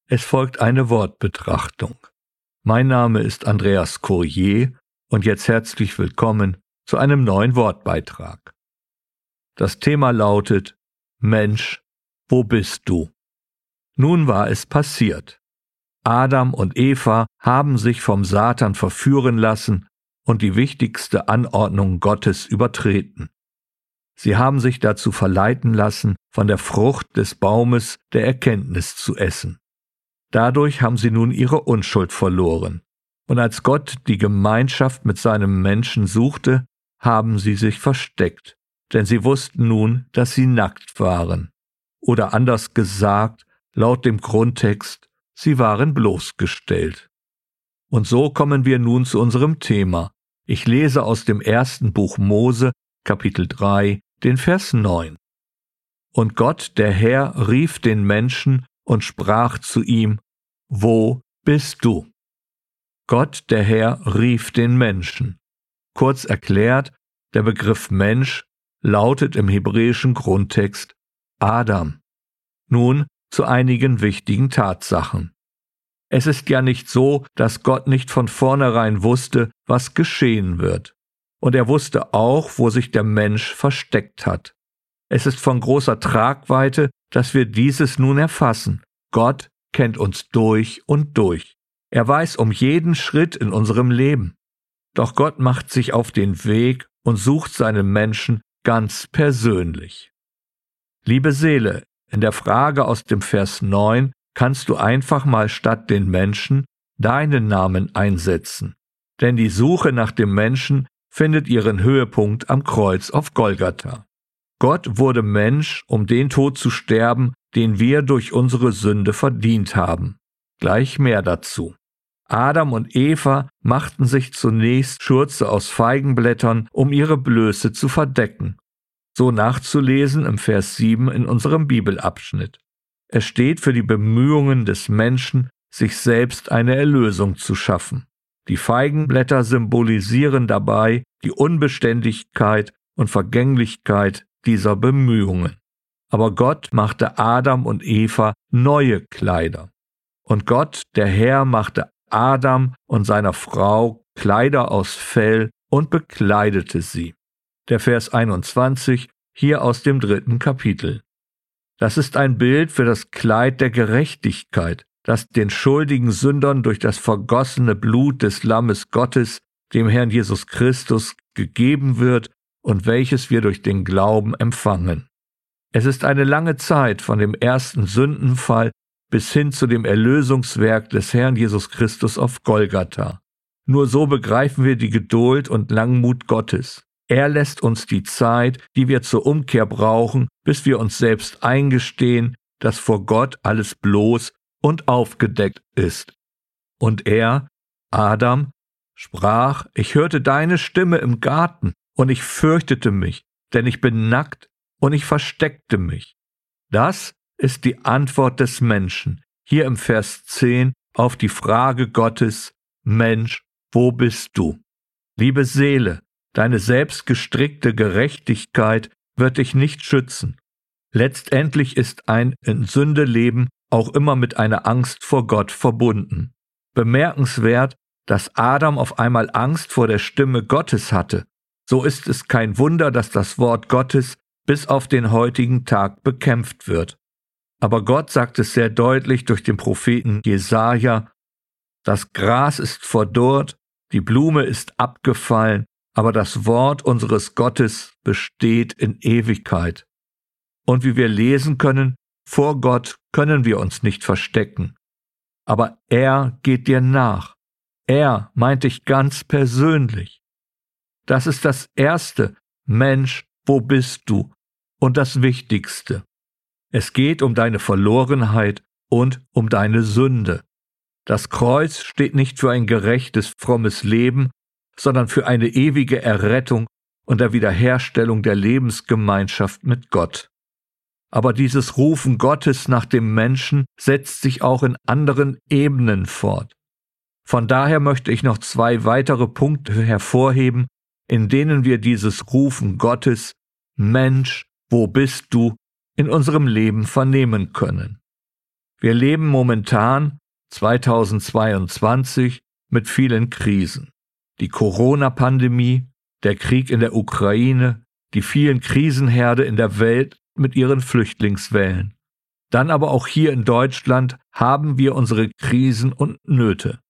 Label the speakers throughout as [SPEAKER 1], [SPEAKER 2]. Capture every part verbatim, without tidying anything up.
[SPEAKER 1] Es folgt eine Wortbetrachtung. Mein Name ist Andreas Courier und jetzt herzlich willkommen zu einem neuen Wortbeitrag. Das Thema lautet: Mensch, wo bist du? Nun war es passiert. Adam und Eva haben sich vom Satan verführen lassen und die wichtigste Anordnung Gottes übertreten. Sie haben sich dazu verleiten lassen, von der Frucht des Baumes der Erkenntnis zu essen. Dadurch haben sie nun ihre Unschuld verloren. Und als Gott die Gemeinschaft mit seinem Menschen suchte, haben sie sich versteckt, denn sie wussten nun, dass sie nackt waren. Oder anders gesagt, laut dem Grundtext, sie waren bloßgestellt. Und so kommen wir nun zu unserem Thema. Ich lese aus dem ersten Buch Mose, Kapitel drei, den Vers neun. Und Gott, der Herr, rief den Menschen und sprach zu ihm: Wo bist du? Gott, der Herr, rief den Menschen. Kurz erklärt, der Begriff Mensch lautet im hebräischen Grundtext Adam. Nun zu einigen wichtigen Tatsachen. Es ist ja nicht so, dass Gott nicht von vornherein wusste, was geschehen wird. Und er wusste auch, wo sich der Mensch versteckt hat. Es ist von großer Tragweite, dass wir dieses nun erfassen. Gott kennt uns durch und durch. Er weiß um jeden Schritt in unserem Leben. Doch Gott macht sich auf den Weg und sucht seinen Menschen ganz persönlich. Liebe Seele, in der Frage aus dem Vers neun kannst du einfach mal statt den Menschen deinen Namen einsetzen. Denn die Suche nach dem Menschen findet ihren Höhepunkt am Kreuz auf Golgatha. Gott wurde Mensch, um den Tod zu sterben, den wir durch unsere Sünde verdient haben. Gleich mehr dazu. Adam und Eva machten sich zunächst Schurze aus Feigenblättern, um ihre Blöße zu verdecken. So nachzulesen im Vers sieben in unserem Bibelabschnitt. Es steht für die Bemühungen des Menschen, sich selbst eine Erlösung zu schaffen. Die Feigenblätter symbolisieren dabei die Unbeständigkeit und Vergänglichkeit dieser Bemühungen. Aber Gott machte Adam und Eva neue Kleider. Und Gott, der Herr, machte Adam und seiner Frau Kleider aus Fell und bekleidete sie. Der Vers einundzwanzig, hier aus dem dritten Kapitel. Das ist ein Bild für das Kleid der Gerechtigkeit, das den schuldigen Sündern durch das vergossene Blut des Lammes Gottes, dem Herrn Jesus Christus, gegeben wird und welches wir durch den Glauben empfangen. Es ist eine lange Zeit von dem ersten Sündenfall bis hin zu dem Erlösungswerk des Herrn Jesus Christus auf Golgatha. Nur so begreifen wir die Geduld und Langmut Gottes. Er lässt uns die Zeit, die wir zur Umkehr brauchen, bis wir uns selbst eingestehen, dass vor Gott alles bloß und aufgedeckt ist. Und er, Adam, sprach: Ich hörte deine Stimme im Garten, und ich fürchtete mich, denn ich bin nackt, und ich versteckte mich. Das ist die Antwort des Menschen, hier im Vers zehn, auf die Frage Gottes: Mensch, wo bist du? Liebe Seele, deine selbstgestrickte Gerechtigkeit wird dich nicht schützen. Letztendlich ist ein in Sünde Leben auch immer mit einer Angst vor Gott verbunden. Bemerkenswert, dass Adam auf einmal Angst vor der Stimme Gottes hatte. So ist es kein Wunder, dass das Wort Gottes bis auf den heutigen Tag bekämpft wird. Aber Gott sagt es sehr deutlich durch den Propheten Jesaja: Das Gras ist verdorrt, die Blume ist abgefallen, aber das Wort unseres Gottes besteht in Ewigkeit. Und wie wir lesen können, vor Gott können wir uns nicht verstecken. Aber er geht dir nach. Er meint dich ganz persönlich. Das ist das Erste: Mensch, wo bist du? Und das Wichtigste. Es geht um deine Verlorenheit und um deine Sünde. Das Kreuz steht nicht für ein gerechtes, frommes Leben, sondern für eine ewige Errettung und der Wiederherstellung der Lebensgemeinschaft mit Gott. Aber dieses Rufen Gottes nach dem Menschen setzt sich auch in anderen Ebenen fort. Von daher möchte ich noch zwei weitere Punkte hervorheben, in denen wir dieses Rufen Gottes, Mensch, wo bist du, in unserem Leben vernehmen können. Wir leben momentan, zweitausendzweiundzwanzig, mit vielen Krisen. Die Corona-Pandemie, der Krieg in der Ukraine, die vielen Krisenherde in der Welt mit ihren Flüchtlingswellen. Dann aber auch hier in Deutschland haben wir unsere Krisen und Nöte.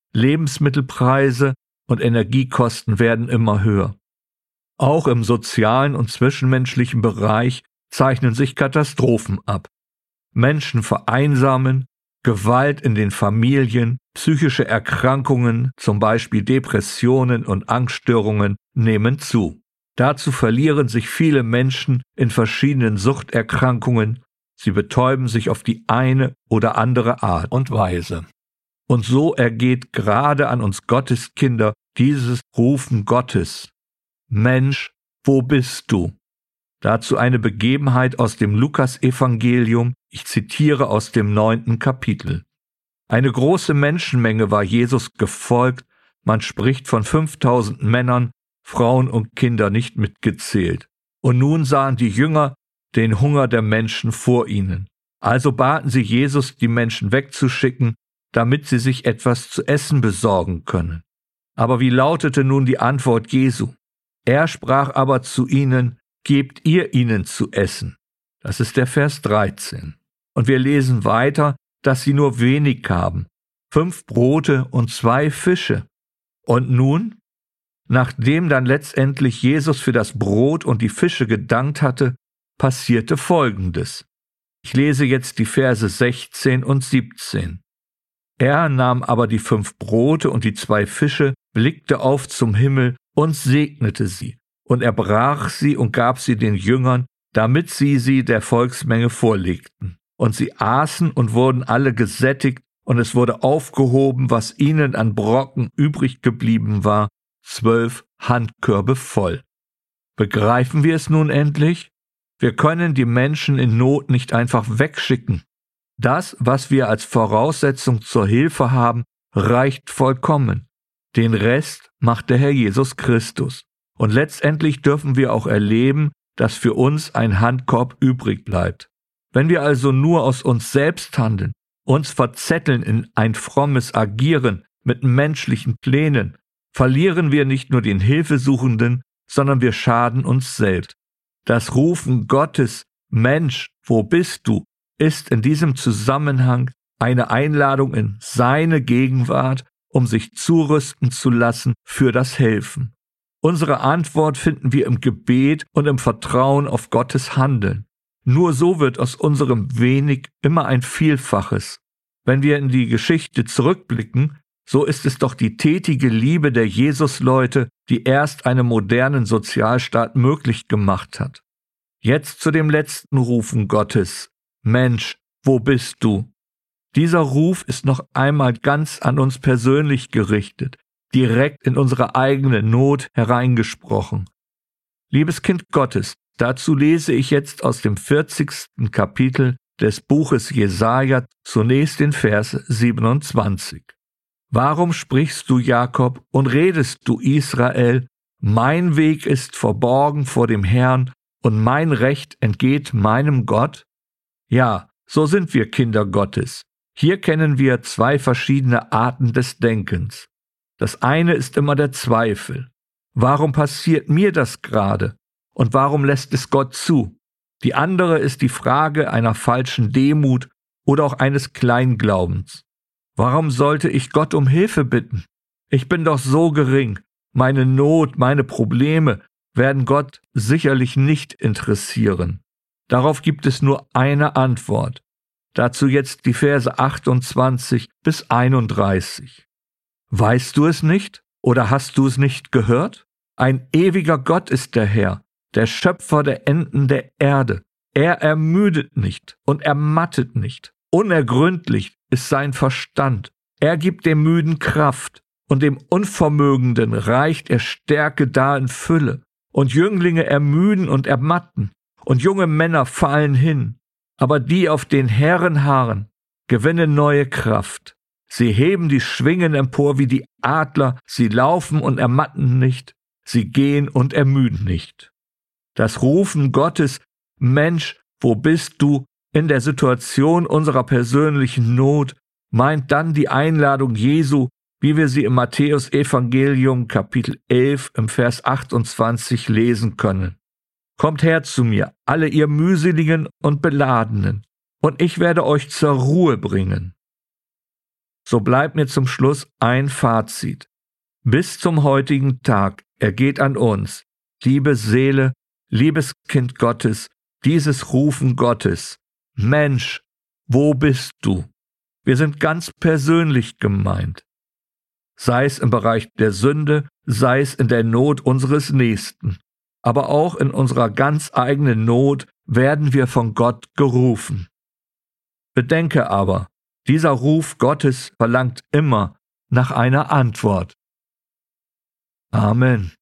[SPEAKER 1] Lebensmittelpreise und Energiekosten werden immer höher. Auch im sozialen und zwischenmenschlichen Bereich zeichnen sich Katastrophen ab. Menschen vereinsamen, Gewalt in den Familien, psychische Erkrankungen, zum Beispiel Depressionen und Angststörungen, nehmen zu. Dazu verlieren sich viele Menschen in verschiedenen Suchterkrankungen. Sie betäuben sich auf die eine oder andere Art und Weise. Und so ergeht gerade an uns Gotteskinder dieses Rufen Gottes. Mensch, wo bist du? Dazu eine Begebenheit aus dem Lukas-Evangelium, ich zitiere aus dem neunten Kapitel. Eine große Menschenmenge war Jesus gefolgt, man spricht von fünftausend Männern, Frauen und Kinder nicht mitgezählt. Und nun sahen die Jünger den Hunger der Menschen vor ihnen. Also baten sie Jesus, die Menschen wegzuschicken, damit sie sich etwas zu essen besorgen können. Aber wie lautete nun die Antwort Jesu? Er sprach aber zu ihnen, gebt ihr ihnen zu essen. Das ist der Vers dreizehn. Und wir lesen weiter, dass sie nur wenig haben, fünf Brote und zwei Fische. Und nun, nachdem dann letztendlich Jesus für das Brot und die Fische gedankt hatte, passierte Folgendes. Ich lese jetzt die Verse sechzehn und siebzehn. Er nahm aber die fünf Brote und die zwei Fische, blickte auf zum Himmel und segnete sie. Und er brach sie und gab sie den Jüngern, damit sie sie der Volksmenge vorlegten. Und sie aßen und wurden alle gesättigt, und es wurde aufgehoben, was ihnen an Brocken übrig geblieben war, zwölf Handkörbe voll. Begreifen wir es nun endlich? Wir können die Menschen in Not nicht einfach wegschicken. Das, was wir als Voraussetzung zur Hilfe haben, reicht vollkommen. Den Rest macht der Herr Jesus Christus. Und letztendlich dürfen wir auch erleben, dass für uns ein Handkorb übrig bleibt. Wenn wir also nur aus uns selbst handeln, uns verzetteln in ein frommes Agieren mit menschlichen Plänen, verlieren wir nicht nur den Hilfesuchenden, sondern wir schaden uns selbst. Das Rufen Gottes, Mensch, wo bist du, ist in diesem Zusammenhang eine Einladung in seine Gegenwart, um sich zurüsten zu lassen für das Helfen. Unsere Antwort finden wir im Gebet und im Vertrauen auf Gottes Handeln. Nur so wird aus unserem Wenig immer ein Vielfaches. Wenn wir in die Geschichte zurückblicken, so ist es doch die tätige Liebe der Jesusleute, die erst einen modernen Sozialstaat möglich gemacht hat. Jetzt zu dem letzten Rufen Gottes. Mensch, wo bist du? Dieser Ruf ist noch einmal ganz an uns persönlich gerichtet, direkt in unsere eigene Not hereingesprochen. Liebes Kind Gottes, dazu lese ich jetzt aus dem vierzigsten Kapitel des Buches Jesaja zunächst den Vers siebenundzwanzig. Warum sprichst du, Jakob, und redest du, Israel? Mein Weg ist verborgen vor dem Herrn und mein Recht entgeht meinem Gott? Ja, so sind wir Kinder Gottes. Hier kennen wir zwei verschiedene Arten des Denkens. Das eine ist immer der Zweifel. Warum passiert mir das gerade? Und warum lässt es Gott zu? Die andere ist die Frage einer falschen Demut oder auch eines Kleinglaubens. Warum sollte ich Gott um Hilfe bitten? Ich bin doch so gering. Meine Not, meine Probleme werden Gott sicherlich nicht interessieren. Darauf gibt es nur eine Antwort. Dazu jetzt die Verse achtundzwanzig bis einunddreißig. Weißt du es nicht oder hast du es nicht gehört? Ein ewiger Gott ist der Herr, der Schöpfer der Enden der Erde. Er ermüdet nicht und ermattet nicht. Unergründlich ist sein Verstand. Er gibt dem Müden Kraft und dem Unvermögenden reicht er Stärke dar in Fülle. Und Jünglinge ermüden und ermatten und junge Männer fallen hin. Aber die auf den Herren harren, gewinnen neue Kraft. Sie heben die Schwingen empor wie die Adler, sie laufen und ermatten nicht, sie gehen und ermüden nicht. Das Rufen Gottes, Mensch, wo bist du, in der Situation unserer persönlichen Not, meint dann die Einladung Jesu, wie wir sie im Matthäus-Evangelium Kapitel elf im Vers achtundzwanzig lesen können. Kommt her zu mir, alle ihr mühseligen und Beladenen, und ich werde euch zur Ruhe bringen. So bleibt mir zum Schluss ein Fazit. Bis zum heutigen Tag ergeht an uns, liebe Seele, liebes Kind Gottes, dieses Rufen Gottes. Mensch, wo bist du? Wir sind ganz persönlich gemeint. Sei es im Bereich der Sünde, sei es in der Not unseres Nächsten. Aber auch in unserer ganz eigenen Not werden wir von Gott gerufen. Bedenke aber, dieser Ruf Gottes verlangt immer nach einer Antwort. Amen.